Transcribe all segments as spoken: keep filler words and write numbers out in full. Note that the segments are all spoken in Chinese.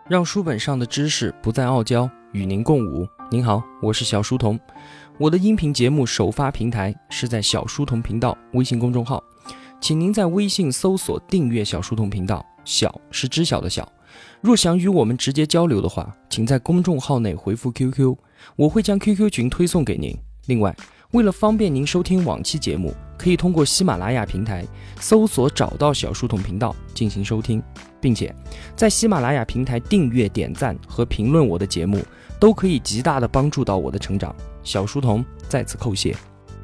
让书本上的知识不再傲娇，与您共舞。您好，我是小书童。我的音频节目首发平台是在小书童频道微信公众号，请您在微信搜索订阅小书童频道，小是知晓的小。若想与我们直接交流的话，请在公众号内回复 Q Q， 我会将 Q Q 群推送给您。另外，为了方便您收听往期节目，可以通过喜马拉雅平台搜索找到小书童频道进行收听，并且在喜马拉雅平台订阅、点赞和评论我的节目，都可以极大的帮助到我的成长。小书童在此叩谢。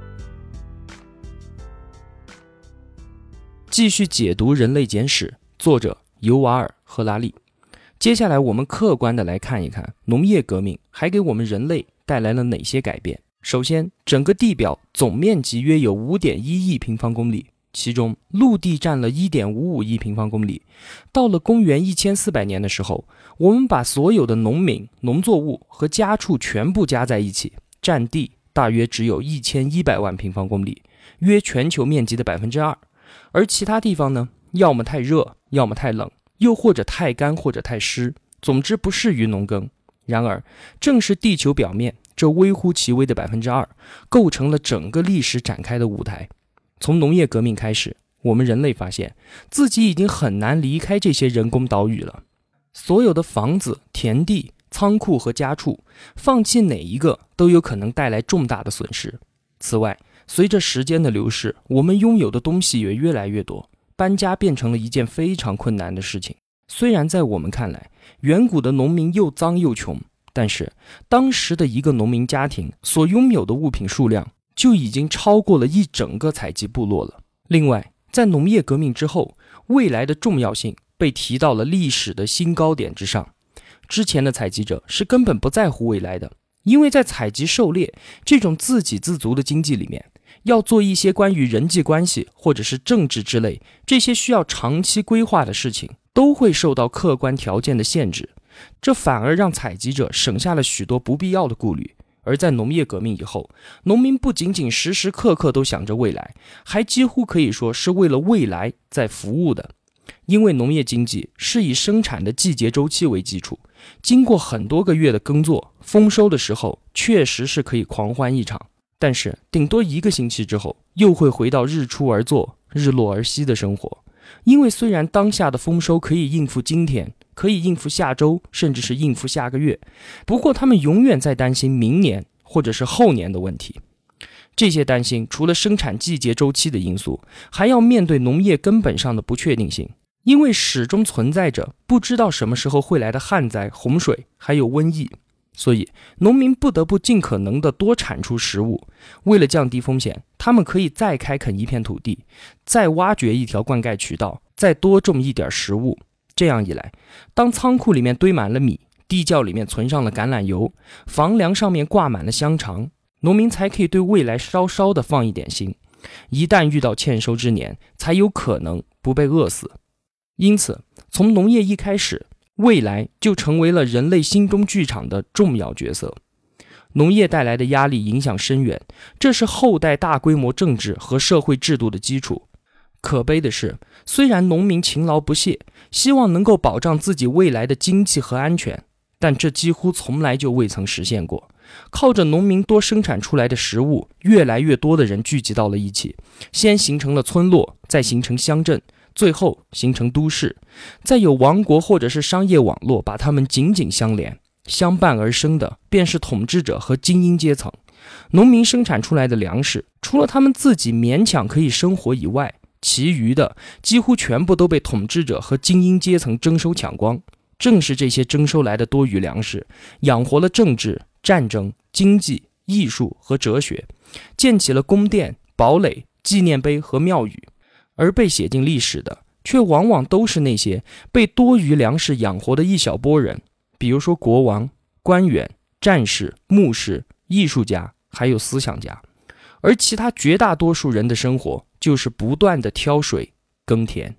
继续解读《人类简史》，作者尤瓦尔·赫拉利。接下来我们客观的来看一看农业革命还给我们人类带来了哪些改变。首先，整个地表总面积约有 五点一亿平方公里，其中陆地占了 一点五五亿平方公里。到了公元一千四百年的时候，我们把所有的农民、农作物和家畜全部加在一起，占地大约只有一千一百万平方公里，约全球面积的 百分之二。 而其他地方呢，要么太热，要么太冷，又或者太干或者太湿，总之不适于农耕。然而正是地球表面这微乎其微的 百分之二 构成了整个历史展开的舞台。从农业革命开始，我们人类发现自己已经很难离开这些人工岛屿了。所有的房子、田地、仓库和家畜，放弃哪一个都有可能带来重大的损失。此外，随着时间的流逝，我们拥有的东西也越来越多，搬家变成了一件非常困难的事情。虽然在我们看来，远古的农民又脏又穷，但是当时的一个农民家庭所拥有的物品数量就已经超过了一整个采集部落了。另外，在农业革命之后，未来的重要性被提到了历史的新高点之上。之前的采集者是根本不在乎未来的，因为在采集狩猎这种自给自足的经济里面，要做一些关于人际关系或者是政治之类这些需要长期规划的事情，都会受到客观条件的限制，这反而让采集者省下了许多不必要的顾虑。而在农业革命以后，农民不仅仅时时刻刻都想着未来，还几乎可以说是为了未来在服务的。因为农业经济是以生产的季节周期为基础，经过很多个月的耕作，丰收的时候确实是可以狂欢一场，但是顶多一个星期之后，又会回到日出而作，日落而息的生活。因为虽然当下的丰收可以应付今天，可以应付下周，甚至是应付下个月，不过他们永远在担心明年或者是后年的问题。这些担心除了生产季节周期的因素，还要面对农业根本上的不确定性，因为始终存在着不知道什么时候会来的旱灾、洪水还有瘟疫。所以农民不得不尽可能的多产出食物。为了降低风险，他们可以再开垦一片土地，再挖掘一条灌溉渠道，再多种一点食物。这样一来，当仓库里面堆满了米，地窖里面存上了橄榄油，房梁上面挂满了香肠，农民才可以对未来稍稍的放一点心。一旦遇到欠收之年，才有可能不被饿死。因此，从农业一开始，未来就成为了人类心中剧场的重要角色。农业带来的压力影响深远，这是后代大规模政治和社会制度的基础。可悲的是，虽然农民勤劳不懈，希望能够保障自己未来的经济和安全，但这几乎从来就未曾实现过。靠着农民多生产出来的食物，越来越多的人聚集到了一起，先形成了村落，再形成乡镇，最后形成都市，再有王国或者是商业网络把它们紧紧相连，相伴而生的便是统治者和精英阶层。农民生产出来的粮食，除了他们自己勉强可以生活以外，其余的几乎全部都被统治者和精英阶层征收抢光。正是这些征收来的多余粮食，养活了政治、战争、经济、艺术和哲学，建起了宫殿、堡垒、纪念碑和庙宇。而被写进历史的，却往往都是那些被多余粮食养活的一小波人，比如说国王、官员、战士、牧师、艺术家，还有思想家。而其他绝大多数人的生活，就是不断的挑水、耕田。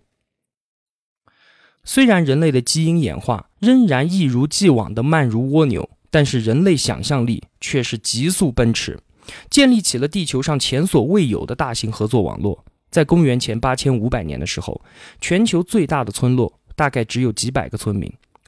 虽然人类的基因演化仍然一如既往的慢如蜗牛，但是人类想象力却是急速奔驰，建立起了地球上前所未有的大型合作网络。在公元前八千五百年的时候，全球最大的村落大概只有几百个村民，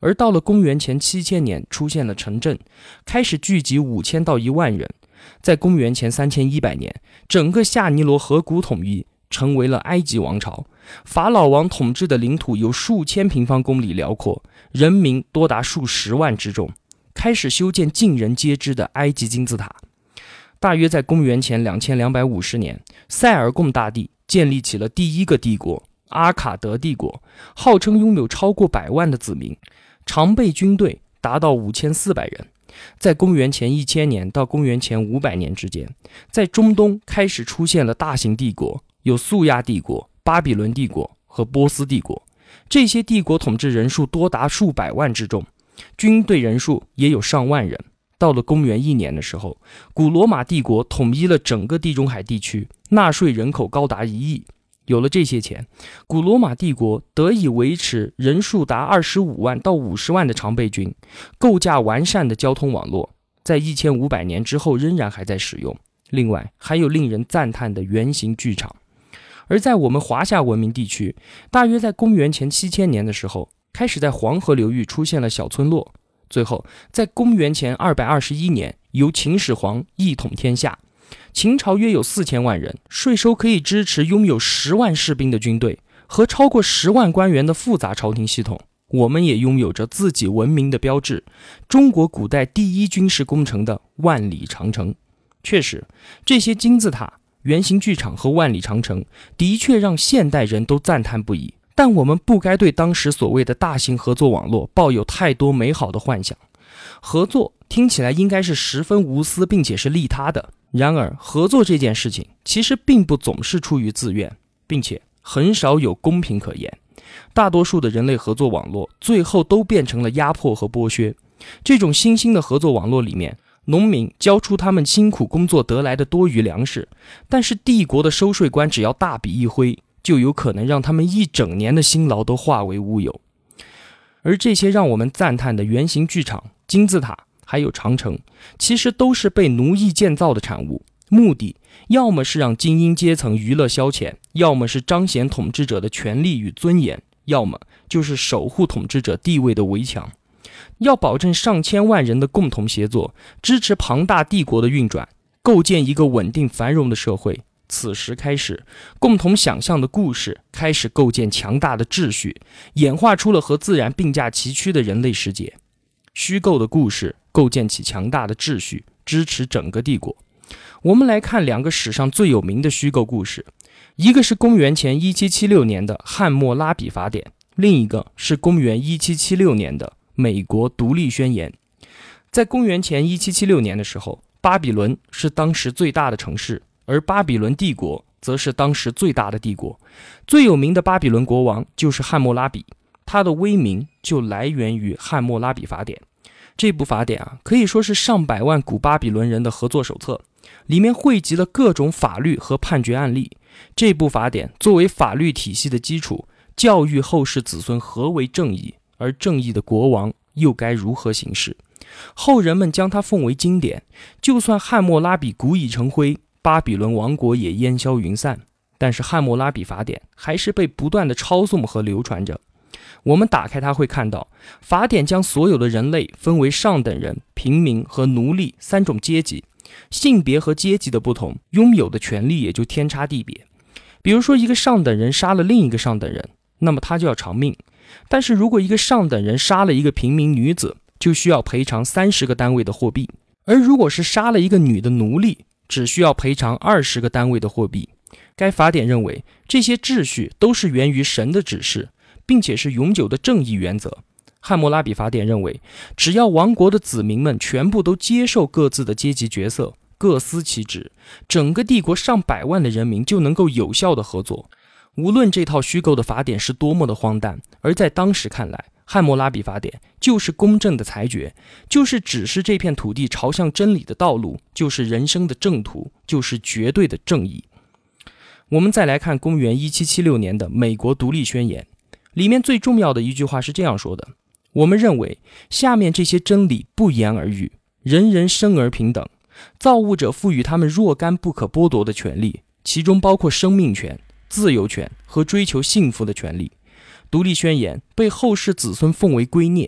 而到了公元前七千年，出现了城镇，开始聚集五千到一万人。在公元前三千一百年，整个夏尼罗河谷统一，成为了埃及王朝。法老王统治的领土有数千平方公里辽阔，人民多达数十万之众，开始修建尽人皆知的埃及金字塔。大约在公元前两千两百五十年，塞尔贡大帝建立起了第一个帝国——阿卡德帝国，号称拥有超过百万的子民，常备军队达到五千四百人。在公元前一千年到公元前五百年之间，在中东开始出现了大型帝国，有苏亚帝国、巴比伦帝国和波斯帝国。这些帝国统治人数多达数百万之众，军队人数也有上万人。到了公元一年的时候，古罗马帝国统一了整个地中海地区，纳税人口高达一亿。有了这些钱，古罗马帝国得以维持人数达二十五万到五十万的常备军，构架完善的交通网络，在一千五百年之后仍然还在使用。另外，还有令人赞叹的圆形剧场。而在我们华夏文明地区，大约在公元前七千年的时候，开始在黄河流域出现了小村落。最后，在公元前二百二十一年，由秦始皇一统天下。秦朝约有四千万人，税收可以支持拥有十万士兵的军队和超过十万官员的复杂朝廷系统。我们也拥有着自己文明的标志，中国古代第一军事工程的万里长城。确实，这些金字塔、圆形剧场和万里长城的确让现代人都赞叹不已。但我们不该对当时所谓的大型合作网络抱有太多美好的幻想。合作听起来应该是十分无私并且是利他的，然而合作这件事情其实并不总是出于自愿，并且很少有公平可言。大多数的人类合作网络最后都变成了压迫和剥削。这种新兴的合作网络里面，农民交出他们辛苦工作得来的多余粮食，但是帝国的收税官只要大笔一挥，就有可能让他们一整年的辛劳都化为乌有。而这些让我们赞叹的圆形剧场、金字塔还有长城，其实都是被奴役建造的产物，目的要么是让精英阶层娱乐消遣，要么是彰显统治者的权力与尊严，要么就是守护统治者地位的围墙。要保证上千万人的共同协作，支持庞大帝国的运转，构建一个稳定繁荣的社会。此时开始，共同想象的故事开始构建强大的秩序，演化出了和自然并驾齐驱的人类世界。虚构的故事构建起强大的秩序，支持整个帝国。我们来看两个史上最有名的虚构故事，一个是公元前一七七六年的汉谟拉比法典，另一个是公元一七七六年的美国独立宣言。在公元前一七七六年的时候，巴比伦是当时最大的城市，而巴比伦帝国则是当时最大的帝国。最有名的巴比伦国王就是汉谟拉比，他的威名就来源于汉谟拉比法典。这部法典啊，可以说是上百万古巴比伦人的合作手册，里面汇集了各种法律和判决案例。这部法典作为法律体系的基础，教育后世子孙何为正义，而正义的国王又该如何行事。后人们将它奉为经典，就算汉谟拉比古已成灰，巴比伦王国也烟消云散，但是汉谟拉比法典还是被不断的抄诵和流传着。我们打开它会看到，法典将所有的人类分为上等人、平民和奴隶三种阶级，性别和阶级的不同，拥有的权利也就天差地别。比如说，一个上等人杀了另一个上等人，那么他就要偿命。但是如果一个上等人杀了一个平民女子，就需要赔偿三十个单位的货币；而如果是杀了一个女的奴隶，只需要赔偿二十个单位的货币。该法典认为，这些秩序都是源于神的指示，并且是永久的正义原则。汉谟拉比法典认为，只要王国的子民们全部都接受各自的阶级角色，各司其职，整个帝国上百万的人民就能够有效的合作。无论这套虚构的法典是多么的荒诞，而在当时看来，汉谟拉比法典就是公正的裁决，就是指示这片土地朝向真理的道路，就是人生的正途，就是绝对的正义。我们再来看公元一七七六年的美国独立宣言，里面最重要的一句话是这样说的：我们认为下面这些真理不言而喻，人人生而平等，造物者赋予他们若干不可剥夺的权利，其中包括生命权、自由权和追求幸福的权利。独立宣言被后世子孙奉为圭臬，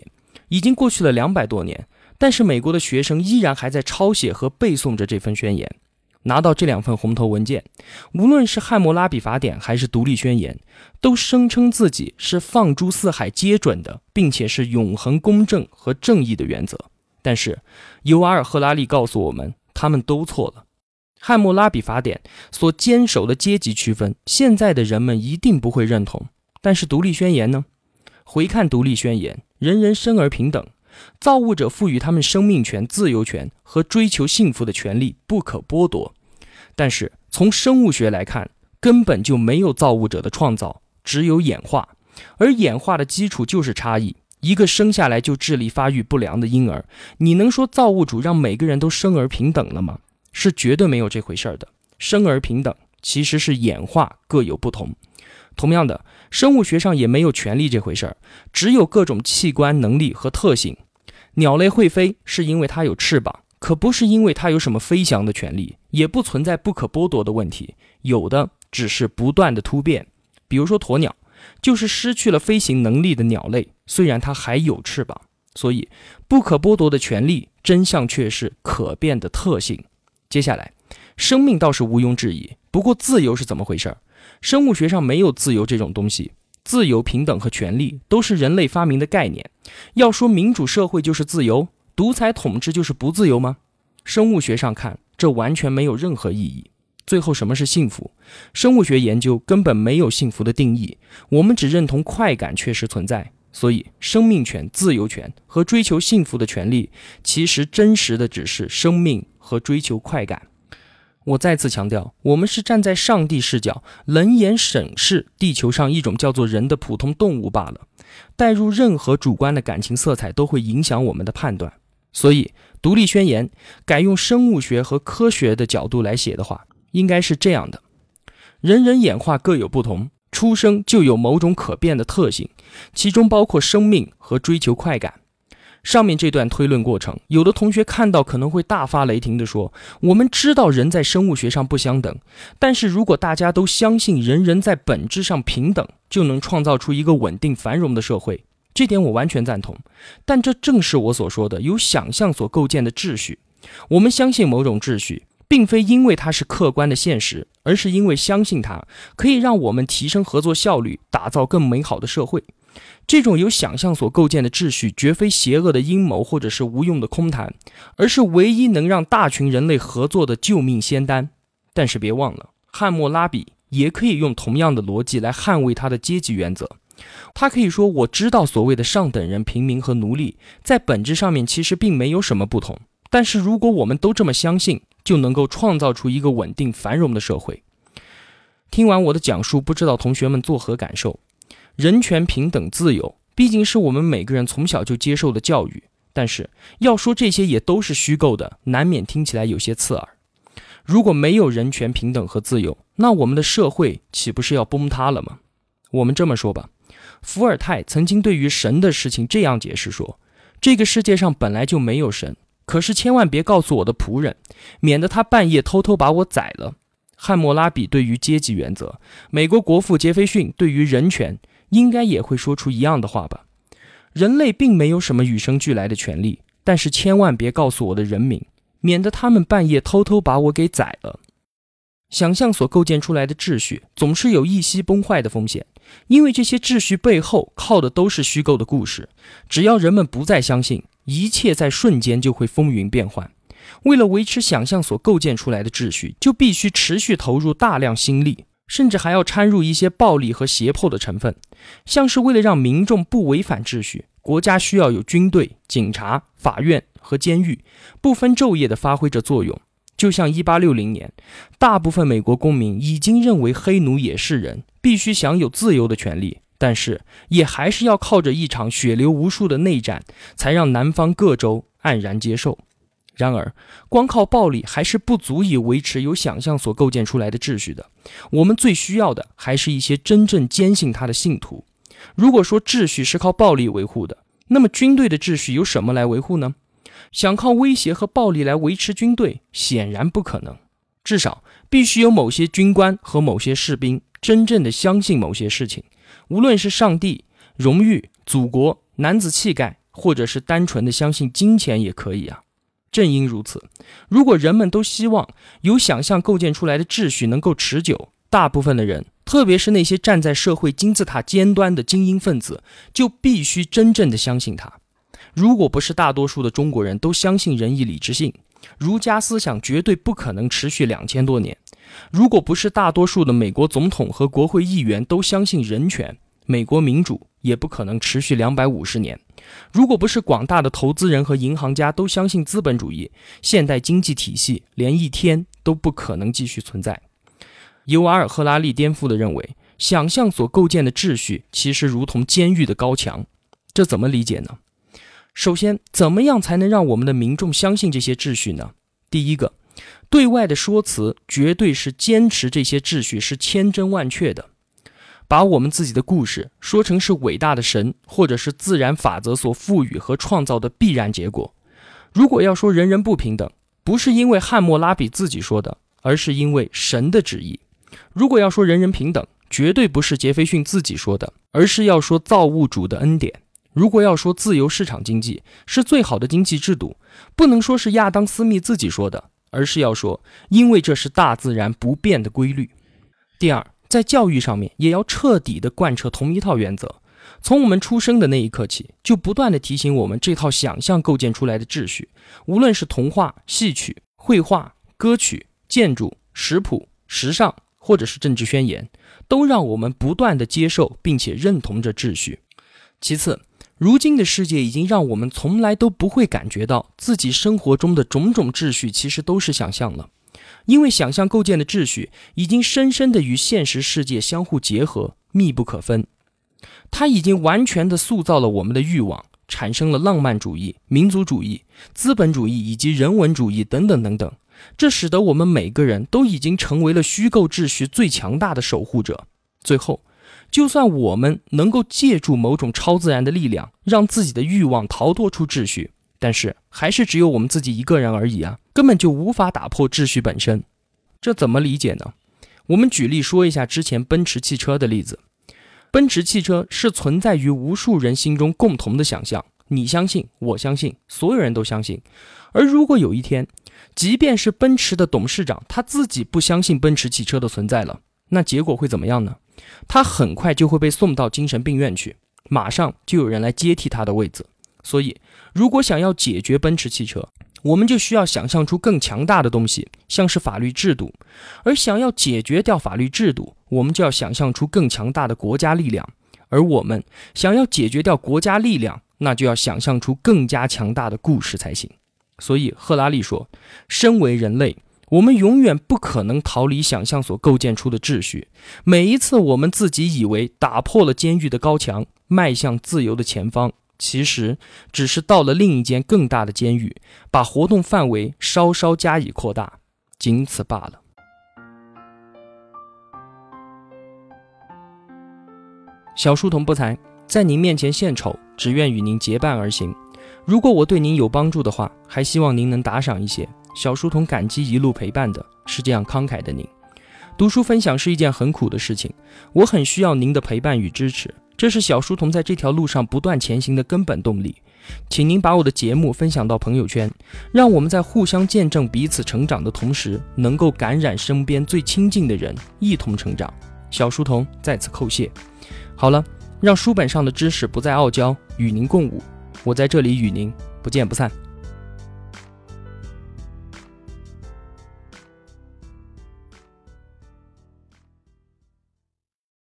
已经过去了两百多年，但是美国的学生依然还在抄写和背诵着这份宣言。拿到这两份红头文件，无论是汉谟拉比法典还是独立宣言，都声称自己是放诸四海皆准的，并且是永恒公正和正义的原则。但是尤瓦尔·赫拉利告诉我们，他们都错了。汉谟拉比法典所坚守的阶级区分，现在的人们一定不会认同。但是独立宣言呢？回看独立宣言，人人生而平等，造物者赋予他们生命权、自由权和追求幸福的权利不可剥夺。但是从生物学来看，根本就没有造物者的创造，只有演化，而演化的基础就是差异。一个生下来就智力发育不良的婴儿，你能说造物主让每个人都生而平等了吗？是绝对没有这回事的。生而平等其实是演化各有不同。同样的，生物学上也没有权利这回事，只有各种器官、能力和特性。鸟类会飞是因为它有翅膀，可不是因为它有什么飞翔的权利，也不存在不可剥夺的问题，有的只是不断的突变。比如说鸵鸟，就是失去了飞行能力的鸟类，虽然它还有翅膀。所以不可剥夺的权利，真相却是可变的特性。接下来，生命倒是毋庸置疑，不过自由是怎么回事？生物学上没有自由这种东西，自由、平等和权利都是人类发明的概念。要说民主社会就是自由，独裁统治就是不自由吗？生物学上看，这完全没有任何意义。最后，什么是幸福？生物学研究根本没有幸福的定义，我们只认同快感确实存在。所以，生命权、自由权和追求幸福的权利，其实真实的只是生命和追求快感。我再次强调，我们是站在上帝视角，冷眼审视地球上一种叫做人的普通动物罢了。带入任何主观的感情色彩都会影响我们的判断。所以，独立宣言改用生物学和科学的角度来写的话，应该是这样的：人人演化各有不同，出生就有某种可变的特性，其中包括生命和追求快感。上面这段推论过程，有的同学看到可能会大发雷霆地说，我们知道人在生物学上不相等，但是如果大家都相信人人在本质上平等，就能创造出一个稳定繁荣的社会。这点我完全赞同，但这正是我所说的由想象所构建的秩序。我们相信某种秩序，并非因为它是客观的现实，而是因为相信它可以让我们提升合作效率，打造更美好的社会。这种由想象所构建的秩序绝非邪恶的阴谋或者是无用的空谈，而是唯一能让大群人类合作的救命仙丹。但是别忘了，汉谟拉比也可以用同样的逻辑来捍卫他的阶级原则。他可以说，我知道所谓的上等人、平民和奴隶在本质上面其实并没有什么不同，但是如果我们都这么相信，就能够创造出一个稳定繁荣的社会。听完我的讲述，不知道同学们作何感受？人权、平等、自由毕竟是我们每个人从小就接受的教育，但是要说这些也都是虚构的，难免听起来有些刺耳。如果没有人权、平等和自由，那我们的社会岂不是要崩塌了吗？我们这么说吧，伏尔泰曾经对于神的事情这样解释说，这个世界上本来就没有神，可是千万别告诉我的仆人，免得他半夜偷偷把我宰了。汉谟拉比对于阶级原则，美国国父杰斐逊对于人权，应该也会说出一样的话吧。人类并没有什么与生俱来的权利，但是千万别告诉我的人民，免得他们半夜偷偷把我给宰了。想象所构建出来的秩序总是有一夕崩坏的风险，因为这些秩序背后靠的都是虚构的故事。只要人们不再相信，一切在瞬间就会风云变幻。为了维持想象所构建出来的秩序，就必须持续投入大量心力，甚至还要掺入一些暴力和胁迫的成分。像是为了让民众不违反秩序，国家需要有军队、警察、法院和监狱，不分昼夜地发挥着作用。就像一八六零年，大部分美国公民已经认为黑奴也是人，必须享有自由的权利，但是也还是要靠着一场血流无数的内战，才让南方各州黯然接受。然而，光靠暴力还是不足以维持由想象所构建出来的秩序的。我们最需要的还是一些真正坚信他的信徒。如果说秩序是靠暴力维护的，那么军队的秩序由什么来维护呢？想靠威胁和暴力来维持军队，显然不可能。至少必须有某些军官和某些士兵真正的相信某些事情，无论是上帝、荣誉、祖国、男子气概、 或者是单纯的相信金钱也可以啊。正因如此，如果人们都希望由想象构建出来的秩序能够持久，大部分的人，特别是那些站在社会金字塔尖端的精英分子，就必须真正的相信它。如果不是大多数的中国人都相信仁义礼智信，儒家思想绝对不可能持续两千多年。如果不是大多数的美国总统和国会议员都相信人权，美国民主也不可能持续两百五十年。如果不是广大的投资人和银行家都相信资本主义，现代经济体系连一天都不可能继续存在。尤瓦尔·赫拉利颠覆地认为，想象所构建的秩序其实如同监狱的高墙。这怎么理解呢？首先，怎么样才能让我们的民众相信这些秩序呢？第一个，对外的说辞绝对是坚持这些秩序是千真万确的，把我们自己的故事说成是伟大的神或者是自然法则所赋予和创造的必然结果。如果要说人人不平等，不是因为汉谟拉比自己说的，而是因为神的旨意。如果要说人人平等，绝对不是杰斐逊自己说的，而是要说造物主的恩典。如果要说自由市场经济是最好的经济制度，不能说是亚当·斯密自己说的，而是要说因为这是大自然不变的规律。第二，在教育上面也要彻底的贯彻同一套原则，从我们出生的那一刻起，就不断的提醒我们这套想象构建出来的秩序，无论是童话、戏曲、绘画、歌曲、建筑、食谱、时尚，或者是政治宣言，都让我们不断的接受并且认同这秩序。其次，如今的世界已经让我们从来都不会感觉到自己生活中的种种秩序其实都是想象了，因为想象构建的秩序已经深深的与现实世界相互结合，密不可分。它已经完全的塑造了我们的欲望，产生了浪漫主义、民族主义、资本主义以及人文主义等等等等。这使得我们每个人都已经成为了虚构秩序最强大的守护者。最后，就算我们能够借助某种超自然的力量，让自己的欲望逃脱出秩序，但是还是只有我们自己一个人而已啊，根本就无法打破秩序本身。这怎么理解呢？我们举例说一下之前奔驰汽车的例子。奔驰汽车是存在于无数人心中共同的想象，你相信，我相信，所有人都相信。而如果有一天，即便是奔驰的董事长他自己不相信奔驰汽车的存在了，那结果会怎么样呢？他很快就会被送到精神病院去，马上就有人来接替他的位子。所以，如果想要解决奔驰汽车，我们就需要想象出更强大的东西，像是法律制度。而想要解决掉法律制度，我们就要想象出更强大的国家力量。而我们想要解决掉国家力量，那就要想象出更加强大的故事才行。所以赫拉利说，身为人类，我们永远不可能逃离想象所构建出的秩序。每一次我们自己以为打破了监狱的高墙，迈向自由的前方，其实只是到了另一间更大的监狱，把活动范围稍稍加以扩大，仅此罢了。小书童不才，在您面前献丑，只愿与您结伴而行。如果我对您有帮助的话，还希望您能打赏一些。小书童感激一路陪伴的是这样慷慨的您。读书分享是一件很苦的事情，我很需要您的陪伴与支持，这是小书童在这条路上不断前行的根本动力。请您把我的节目分享到朋友圈，让我们在互相见证彼此成长的同时，能够感染身边最亲近的人，一同成长。小书童在此叩谢。好了，让书本上的知识不再傲娇，与您共舞。我在这里与您不见不散。